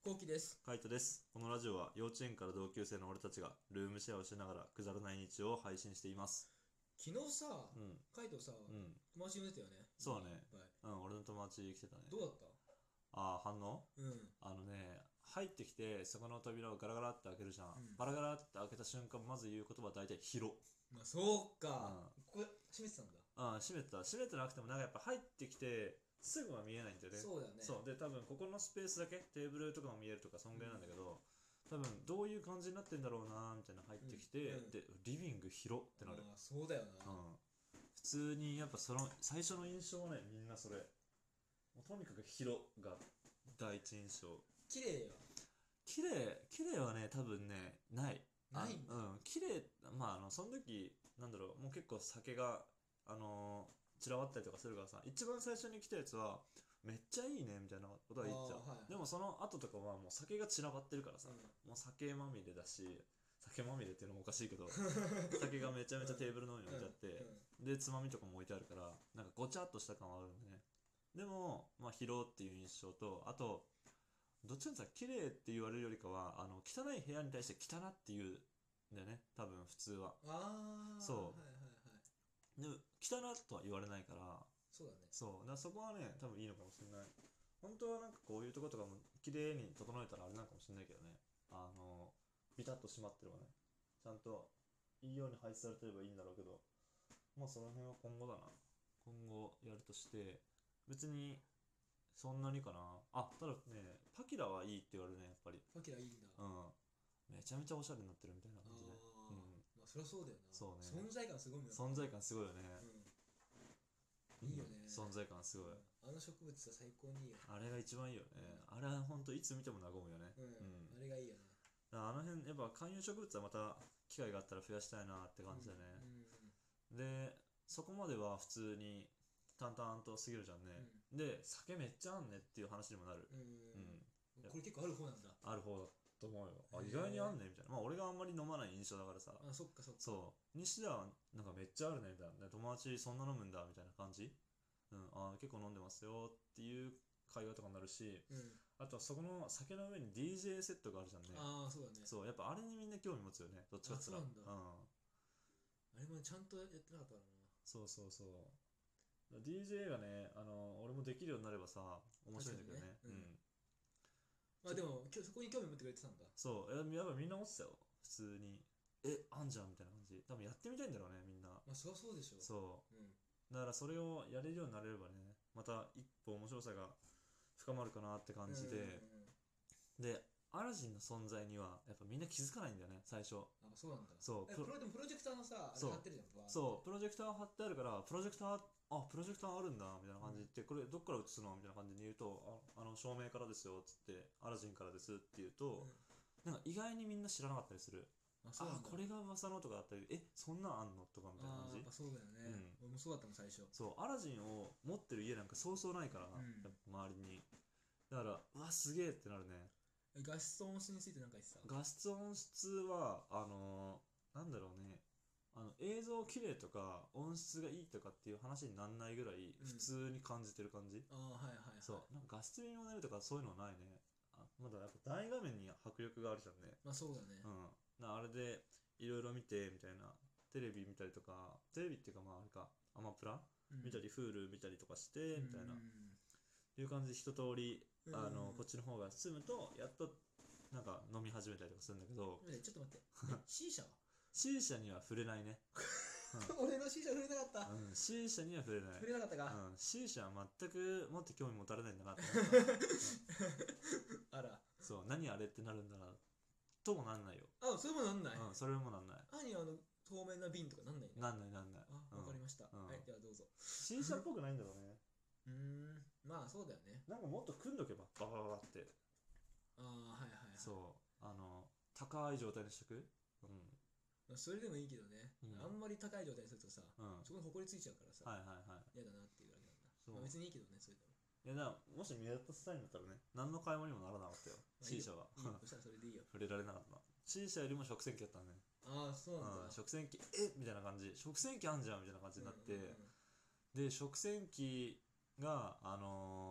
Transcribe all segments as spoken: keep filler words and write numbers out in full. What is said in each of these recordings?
こうきです。 カイトです。このラジオは幼稚園から同級生の俺たちがルームシェアをしながらくだらない日常を配信しています。 昨日さ、 うん。 カイトさ、 うん。 友達呼んでたよね。 そうね。 いっぱい。 うん、俺の友達来てたね。 どうだった？ ああ、反応うん。 あのね、入ってきて、そこの扉をガラガラって開けるじゃん。 うん。 ガラガラって開けた瞬間、まず言う言葉は大体広。 まあ、そううか。 ん。 これ、閉めてたんだ。 ああ、閉めてた。閉めてなくても、なんかやっぱ入ってきて、すぐは見えないんだよね。 そうだよね。 そう。で、多分ここのスペースだけ、テーブルとかも見えるとか、そんぐらいなんだけど、多分どういう感じになってんだろうなーみたいな入ってきて、 うん。うん。 で、リビング広ってなる。 ああ、そうだよな。 うん。普通にやっぱその最初の印象はね、みんなそれもうとにかく広が第一印象。 綺麗よ。 綺麗綺麗はね多分ねないあないんだ。 うん綺麗。まああのその時なんだろうもう結構酒があのー散らばったりとかするからさ、一番最初に来たやつはめっちゃいいねみたいなことは言っちゃう。 ああ、はい。 でもその後とかはもう酒が散らばってるからさ、 うもう酒まみれだし、酒まみれっていうのもおかしいけど、 ん。 酒がめちゃめちゃテーブルの上に置いてあって、 うん。うん。 でつまみとかも置いてあるから、なんかごちゃっとした感はあるんでね。でもまあ疲労っていう印象と、あとどっちかっていうと綺麗って言われるよりかは、あの汚い部屋に対して汚っていうんだよね多分普通は。 ああ、 そはいはいはい。 うでも汚とは言われないから、 そうだね。 そうだからそこはね多分いいのかもしれない。本当はなんかこういうとことかも綺麗に整えたらあれなんかもしれないけどね。あのビタッと閉まってればね、ちゃんといいように配置されてればいいんだろうけど、まあその辺は今後だな。今後やるとして、別にそんなにかな。あ、ただね、パキラはいいって言われるね、やっぱり。 ファキラいいんだ。 うん。めちゃめちゃおしゃれになってるみたいなあ感じで。うあ、 ん。 まあ、そりゃそうだよな。 そうね。 存在感すごいもんな。 存在感すごいよね。 うん。いいよね。 存在感すごい。 うん。あの植物は最高にいいよ。 あれが一番いいようん。 ね。あれはほんといつ見ても和むよね。 うん。 うん。 あれがいいよね。 だからあの辺、やっぱ観葉植物はまた機会があったら増やしたいなってうん。 感じだね。 うん。 で、そこまでは普通に淡々と過ぎるじゃんうん。 ね。で、酒めっちゃあんねっていう話にもなる。 うん。 うん。やこれ結構ある方なんだ。 ある方だと思うよ。あ、 へ意外にあんえ。 ねみたいな。まあ俺があんまり飲まない印象だからさ。 あ、そっかそっか。 そう。西田はなんかめっちゃあるねみたいな。友達そんな飲むんだみたいな感じ。うん。あ、結構飲んでますよっていう会話とかになるし、 うん。 あとはそこの酒の上に ディージェー セットがあるじゃんね。 ああ、そうだね。 そう。やっぱあれにみんな興味持つよね。どっちかあ、 っつったら。 そうなんだ。 うん。 あれもちゃんとやってなかったからな。 そうそうそう。ディージェー がね、あの、俺もできるようになればさ、面白いんだけどね。 確かにね。 うん。 まあでも、きょそこに興味持ってくれてたんだ。 そう。ややっぱみんな思ってたよ。普通に。え、あんじゃんみたいな感じ。多分やってみたいんだろうね、みんな。 まあそりゃそうでしょ。 そうん。 う。だからそれをやれるようになれればね、また一歩面白さが深まるかなって感うんうんじで、 うん。 で、アラジンの存在にはやっぱみんな気づかないんだよね、最初。 あ、そうなんだ。え、 そう、プロ、 プロ、でもプロジェクターのさ、あれそう、 貼ってるじゃん、バーって。 そう、プロジェクター貼ってあるから、プロジェクター、あ、プロジェクターあるんだ、みたいな感じで言って、これどっから映すのみたいな感じで言うと、あ、あの、照明からですよ、つって、アラジンからですって言うと、 うん。 なんか意外にみんな知らなかったりする。 あ、そうなあ、 んだ。 これが噂のとかだったり、え、そんなんあんのとかみたいなああ、 感じ。 やっぱそうだようん。 ね。俺もそうだったもん、最初。 そう、アラジンを持ってる家なんかそうそうないから、 うん。 やっぱ周りに。だから、うわ、すげえってなるね。 え、画質と音質についてなんか言ってた？ 画質音質は、あのーなんだろうね。あの映像綺麗とか音質がいいとかっていう話になんないぐらいうん。 普通に感じてる感じ。 ああ、はいはいはい。 そう、なんか画質にもなるとかそういうのはないね。あ、まだやっぱ大画面に迫力があるじゃんね。 まあそうだね。 うん。なあれでいろいろ見てみたいな。テレビ見たりとか、テレビっていうかまああれか、アマプラうん。 見たり、Hulu 見たりとかしうん。 てみたいな。いう感じで一通り、 うん。うん。 あの、こっちの方が進むと、やっとなんか飲み始めたりとかするんだけど、 ね、ちょっと待って。え、C 社は？ C 社には触れないね。う俺の C 社触れなかった。 ん、うん、C 社には触れない。 触れなかったか。 うん、C 社は全くもって興味持たれないんだなって思った。うん、 あら。 そう、何あれってなるんだな、ともなんないよ。 あ、それもなんない。 うん、それもなんない。 何あの透明な瓶とかなんないね。 なんないなんない。 あ、 うん。 わかりました。 うん。 はい、じゃあどうぞ。 C 社っぽくないんだろうね。 うーん、まあそうだよね。 なんかもっと組んどけば、ババババって。 ああ、はいはいはい。 そう、あの、高い状態にしとく。うん。 まあ、それでもいいけどね、 うん。 あんまり高い状態にするとさ、 うん。 そこに埃ついちゃうからさ、 はいはいはい。 嫌だなっていうだけなんだ。 そう。 まあ、別にいいけどね、それでも。 いや、だからもし目立たせたいんだったらね、何の買い物にもならなかったよ、 まあ、いい C よ。 社は。 いいよ。そしたらそれでいいよ。 触れられなかった。C 社よりも食洗機やったね。 ああ、そうなんだ。 うん、食洗機、えみたいな感じ。食洗機あんじゃんみたいな感じうんうんになって、で、食洗機が、あのー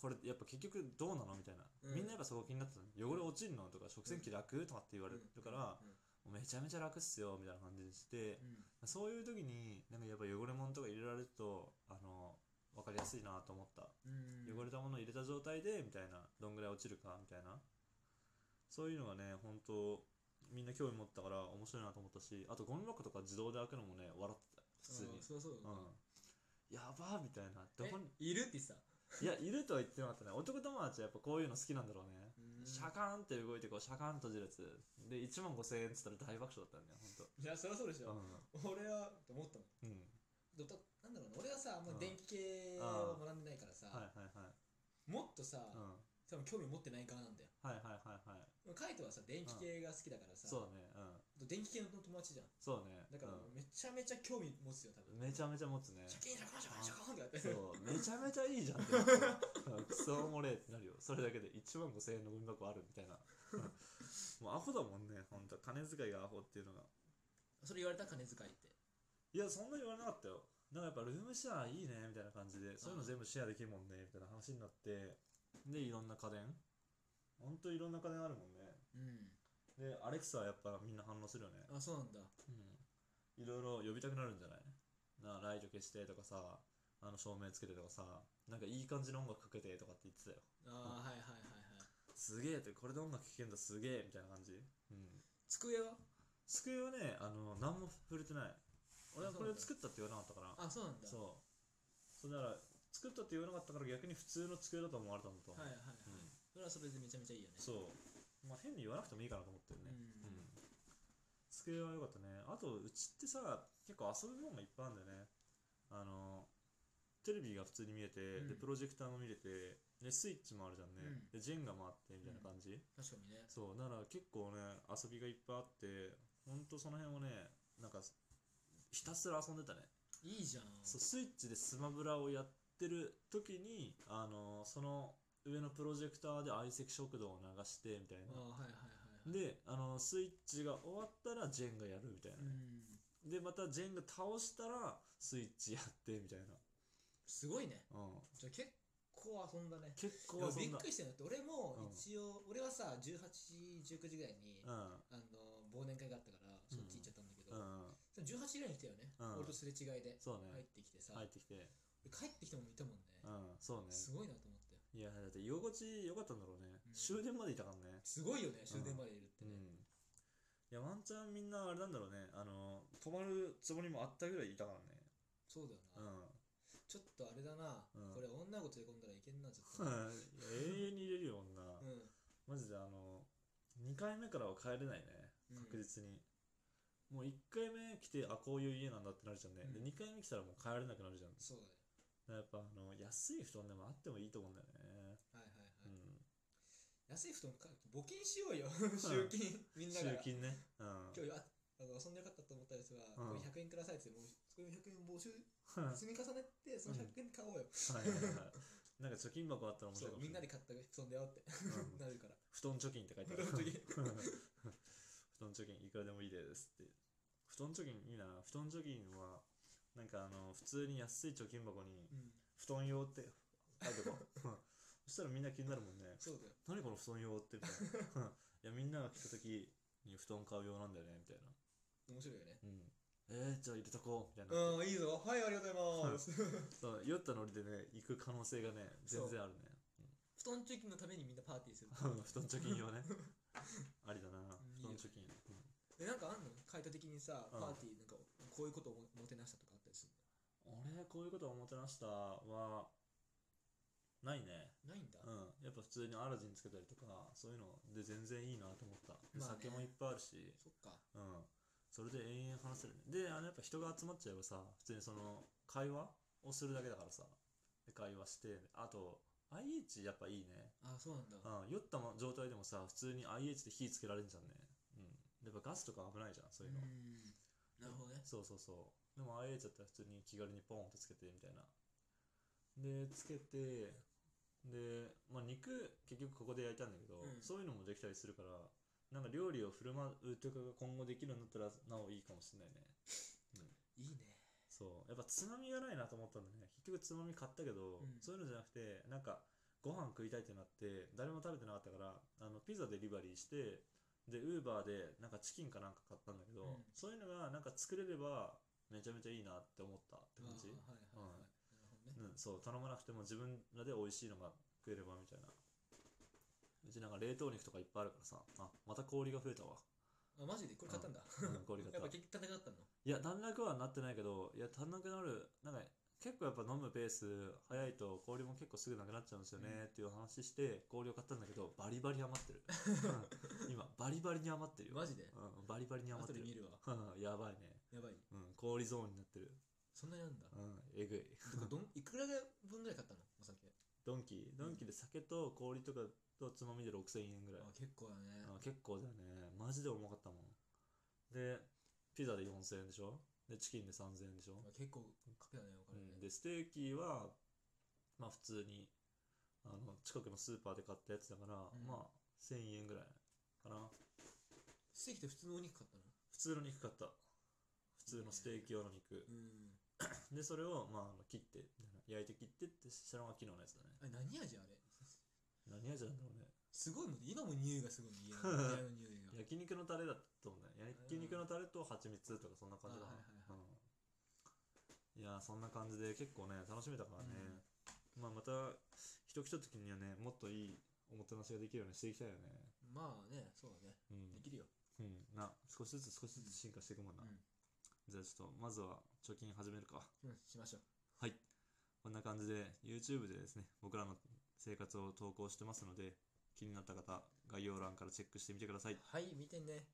これやっぱ結局どうなのみたいな、 うん、 みんなやっぱそこ気になってたの。汚れ落ちるのとか食洗機楽とかって言われるから、 うん、 めちゃめちゃ楽っすよみたいな感じにして、 うん、 そういう時になんかやっぱ汚れ物とか入れられるとあの分かりやすいなと思った、 うん、 汚れたものを入れた状態でみたいな、どんぐらい落ちるかみたいな、そういうのがね本当みんな興味持ったから面白いなと思ったし、あとゴミ箱とか自動で開くのもね笑ってた普通に。 そうそう、 うん、やばーみたいな、どこにいるって言ってた。 いやいるとは言ってなかったね。男友達はやっぱこういうの好きなんだろうね。シャカーンって動いてこうシャカーンと閉じるやつでいちまんごせんえんっつったら大爆笑だったんだよほんと。 いや、そりゃそうでしょ、 う俺はと思ったもん。 んうんどたなんだろうな、俺はさ、あんまうん電気系を学んでないからさ、 はいはいはいもっとさ、 うん多分興味持ってない側なんだよ。 はいはいはいはい。 カイトはさ、電気系が好きだからさ、 そうねうん電気系の友達じゃん。 そうねだからうめちゃめちゃ興味持つよ、多分。 ん、めちゃめちゃ持つね。 シャキンシャカンシャカンシャカンってやって。 そうめちゃめちゃいいじゃんってなってクソおもれってなるよそれだけでいちまんごせんえんのゴミ箱あるみたいなもうアホだもんねほんと、金遣いがアホっていうのが。 それ言われた、金遣いって。 いやそんな言われなかったよ。なんかやっぱルームシェアいいねみたいな感じで、そういうの全部シェアできるもんねみたいな話になって、でいろんな家電、ほんといろんな家電あるもんね。 うん。 でアレクサはやっぱみんな反応するよね。 あ、そうなんだ。 うん、いろいろ呼びたくなるんじゃないな。ライト消してとかさ、あの照明つけてとかさ、なんかいい感じの音楽かけてとかって言ってたよ。 ああ、はいはいはいはい。 すげえって、これで音楽聴けんだすげえみたいな感じ。うん、 机は机はね、あの何も触れてない。俺はこれを作ったって言わなかったから。 あ、そうなんだ。 そうそうだから作ったって言わなかったから逆に普通の机だと思われたんだと思う。 はいはいはい。 うん、 それはそれでめちゃめちゃいいよね。 そうまあ変に言わなくてもいいかなと思ってるね。 うん。 うん、机は良かったね。あとうちってさ結構遊ぶものがいっぱいあるんだよね。あのテレビが普通に見えて、 うんでプロジェクターも見れて、でスイッチもあるじゃんね、 うんでジェンガもあってみたいな感じ、 確かにね。 そうなら結構ね遊びがいっぱいあって、ほんとその辺をねなんかひたすら遊んでたね。 いいじゃん。 そうスイッチでスマブラをやってる時にあのその上のプロジェクターで相席食堂を流してみたいな。 ああ、はいはいはいはい。 であのスイッチが終わったらジェンガやるみたいなうね、 ん。 でまたジェンガ倒したらスイッチやってみたいな。 すごいね。 うんじゃあ結構遊んだね。 結構いやびっ遊んだ。 くりしてるんだって。俺もうん一応、俺はさ、じゅうはちじ、じゅうくじぐらいに、 うんあの、忘年会があったから、そっち行っちゃったんだけど、 うんそのじゅうはちじぐらいに来たよね。 うん俺とすれ違いでそうね入ってきてさ、 入ってきて。 帰ってきたもんいたもんね。 うんそうね。 すごいなと思って。 いやだって居心地良かったんだろうね、 うん終電までいたからね。 すごいよね、終電までいるってね。 うんいやワンチャンみんなあれなんだろうね、あの泊まるつもりもあったぐらいいたからね。 そうだようんな。ちょっとあれだな、 うんこれ女子連れ込んだらいけんな、ずっと。 永遠に入れるよ女、 うん。 マジであのにかいめからは帰れないねうん確実に。もういっかいめ来てあこういう家なんだってなるじゃんね、 うんでにかいめ来たらもう帰れなくなるじゃん。 そうだよ。 やっぱあの安い布団でもあってもいいと思うんだよね。 はいはいはい。 うん安い布団か募金しようよ、集金。みんなが。 集金ね。うん今日ああの遊んでよかったと思ったやつは、 うんこれひゃくえんくださいってもうそれひゃくえん募集はい積み重ねてそのひゃくえんで買おうよ、 はいはい。なんか貯金箱あったら面そうみんな白いかもしれない。 で買った布団だよって、 うんなるから。 布団貯金って書いてある。 布団貯金布団貯金いくらでもいいですって。布団貯金いいな。布団貯金はなんかあの普通に安い貯金箱にうん、 布団用って書いてこう。そしたらみんな気になるもんね。 そうだよ。 何この布団用ってみたいな。いやみんなが来た時に布団買う用なんだよねみたいな。 面白いよね。 うん。えー、じゃあ入れとこうみたいな。 うん、いいぞ。はい、ありがとうございます。 そう酔ったノリでね行く可能性がね全然あるね。 布団貯金のためにみんなパーティーする。 うん布団貯金用ね。ありだな。 うん布団貯金。 え、なんかあんのカイト的にさ、 うんパーティーなんかこういうことをもてなしたとかあったりする俺こういうことをおもてなしたはないね。 の？ないんだ。 うんやっぱ普通にアラジンつけたりとかそういうので全然いいなと思った。でまあね酒もいっぱいあるし、 そっか。 うんそれで延々話せるね。であのやっぱ人が集まっちゃえばさ普通にその会話をするだけだからさ、で会話してあと アイエイチ やっぱいいね。 あ、そうなんだ。 うん酔った状態でもさ普通に アイエイチ で火つけられるじゃんね。うんやっぱガスとか危ないじゃんそういうの。 ん。なるほどね。 そうそうそう。でも アイエイチ だったら普通に気軽にポンってつけてみたいな。でつけてで、まあ、肉結局ここで焼いたんだけど、 うんそういうのもできたりするからなんか料理を振る舞うとかが今後できるようになったらなおいいかもしれないね。うん、 いいね。 そうやっぱつまみがないなと思ったんだね。結局つまみ買ったけど、 うんそういうのじゃなくてなんかご飯食いたいってなって誰も食べてなかったから、あのピザデリバリーして、でウーバーでなんかチキンかなんか買ったんだけど、 うん、 そういうのがなんか作れればめちゃめちゃいいなって思ったって感じ。 あーはいはいはい、なるほどね。 うん、そう頼まなくても自分らで美味しいのが食えればみたいな。うちなんか冷凍肉とかいっぱいあるからさ、あまた氷が増えたわ。 あ、マジでこれ買ったんだ。 うん、氷買った。 やっぱ結局高かったの。 いや、短絡はなってないけど、いや、短絡なる、なんか、結構やっぱ飲むペース早いと氷も結構すぐなくなっちゃうんですよねっていう話して氷を買ったんだけど、バリバリ余ってる。今、バリバリに余ってるよ。 マジで、 うん、バリバリに余ってる。 後で見るわ。 やばいね。 やばい。 うん、氷ゾーンになってる。 そんなになんだ。 うん、えぐい。 てかどんいくら分ぐらい買ったのお酒。 ドンキドンキで酒と氷とかとつまみでろくせんえんぐらい。 あ、結構だね。 あ結構だよね。マジで重かったもん。で、ピザでよんせんえんでしょ、で、チキンでさんぜんえんでしょ、 あ、結構かけたね、お金ね。 うん、で、ステーキは、まあ普通に、あの、近くのスーパーで買ったやつだから、 うんまあせんえんぐらいかな。 ステーキって普通のお肉買ったの？ 普通の肉買った。普通のステーキ用の肉。 うん。 で、それを、まあ、あの切って、焼いて切ってってしたのが昨日のやつだね。 あれ何味あれ？ 何味なんだろうね。 すごいもん、今も匂いがすごい家の部屋の匂いが。 焼肉のタレだったと思うね。焼肉のタレと蜂蜜とかそんな感じだな。 あはいはいはいうん、いやー、そんな感じで結構ね、楽しめたからね。まあ、また、人来た時にはね、もっといいおもてなしができるようにしていきたいよね。 まあね、そうだね。 うんできるよ。 うん、な、少しずつ少しずつ進化していくもんな。 うん。 じゃあちょっと、まずは貯金始めるか。 うん、しましょう。 はい。こんな感じで、YouTube でですね、僕らの生活を投稿してますので、気になった方、概要欄からチェックしてみてください。 はい、見てね。